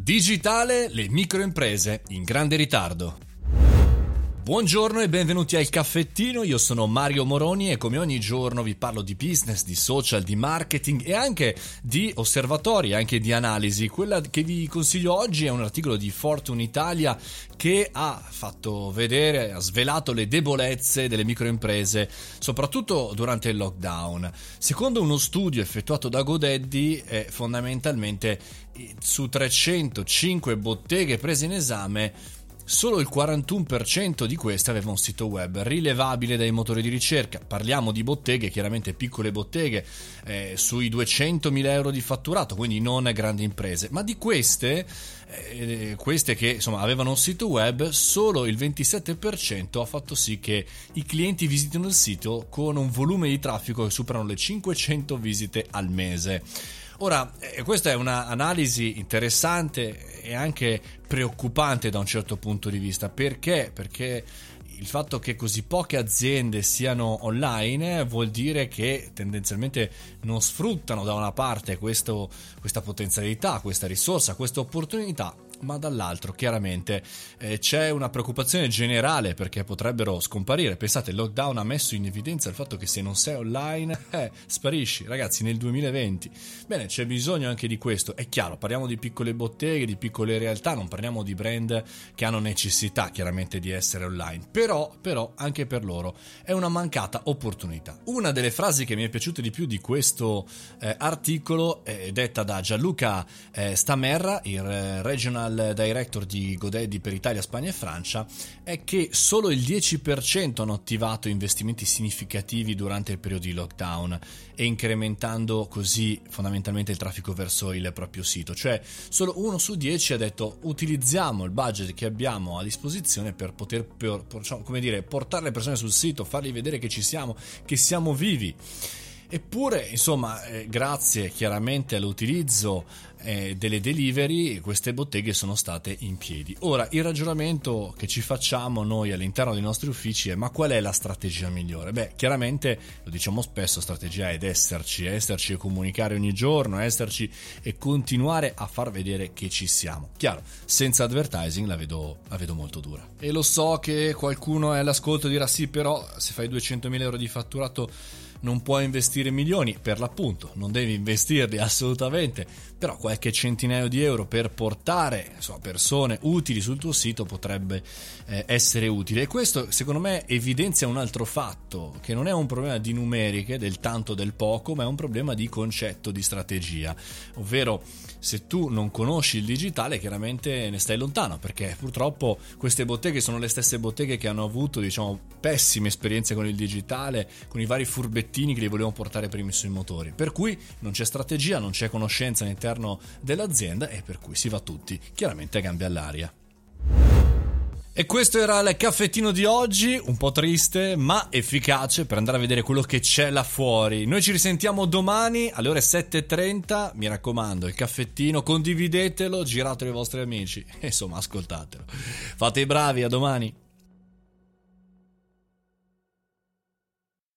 Digitale, le microimprese in grande ritardo. Buongiorno e benvenuti al caffettino, io sono Mario Moroni e come ogni giorno vi parlo di business, di social, di marketing e anche di osservatori, anche di analisi. Quella che vi consiglio oggi è un articolo di Fortune Italia che ha fatto vedere, ha svelato le debolezze delle microimprese, soprattutto durante il lockdown. Secondo uno studio effettuato da GoDaddy, fondamentalmente su 305 botteghe prese in esame, solo il 41% di queste aveva un sito web rilevabile dai motori di ricerca. Parliamo di botteghe, chiaramente piccole botteghe, sui 200.000 euro di fatturato, quindi non grandi imprese. Ma di queste che insomma avevano un sito web, solo il 27% ha fatto sì che i clienti visitino il sito con un volume di traffico che superano le 500 visite al mese. Ora, questa è un'analisi interessante e anche preoccupante da un certo punto di vista. Perché? Perché il fatto che così poche aziende siano online vuol dire che tendenzialmente non sfruttano da una parte questa potenzialità, questa risorsa, questa opportunità, ma dall'altro chiaramente c'è una preoccupazione generale perché potrebbero scomparire. Pensate, il lockdown ha messo in evidenza il fatto che se non sei online sparisci, ragazzi, nel 2020. Bene, c'è bisogno anche di questo. È chiaro, parliamo di piccole botteghe, di piccole realtà, non parliamo di brand che hanno necessità chiaramente di essere online, però anche per loro è una mancata opportunità. Una delle frasi che mi è piaciuta di più di questo articolo è detta da Gianluca Stamerra, il regional director di GoDaddy per Italia, Spagna e Francia, è che solo il 10% hanno attivato investimenti significativi durante il periodo di lockdown e incrementando così fondamentalmente il traffico verso il proprio sito. Cioè solo 1 su 10 ha detto: utilizziamo il budget che abbiamo a disposizione per poter portare le persone sul sito, fargli vedere che ci siamo, che siamo vivi. Eppure, insomma, grazie chiaramente all'utilizzo delle delivery, queste botteghe sono state in piedi. Ora, il ragionamento che ci facciamo noi all'interno dei nostri uffici è: ma qual è la strategia migliore? Beh, chiaramente, lo diciamo spesso, strategia è esserci e comunicare ogni giorno, esserci e continuare a far vedere che ci siamo. Chiaro, senza advertising la vedo molto dura. E lo so che qualcuno è all'ascolto e dirà: sì, però se fai 200.000 euro di fatturato non puoi investire milioni. Per l'appunto, non devi investirli assolutamente, però qualche centinaio di euro per portare persone utili sul tuo sito potrebbe essere utile. E questo secondo me evidenzia un altro fatto, che non è un problema di numeriche, del tanto del poco, ma è un problema di concetto, di strategia. Ovvero, se tu non conosci il digitale, chiaramente ne stai lontano, perché purtroppo queste botteghe sono le stesse botteghe che hanno avuto pessime esperienze con il digitale, con i vari furbettini che li volevano portare primi sui motori, per cui non c'è strategia, non c'è conoscenza all'interno dell'azienda e per cui si va tutti chiaramente a gambe all'aria. E questo era il caffettino di oggi, un po' triste ma efficace per andare a vedere quello che c'è là fuori. Noi ci risentiamo domani alle ore 7:30, mi raccomando, il caffettino, condividetelo, giratelo ai vostri amici e insomma ascoltatelo. Fate i bravi, a domani.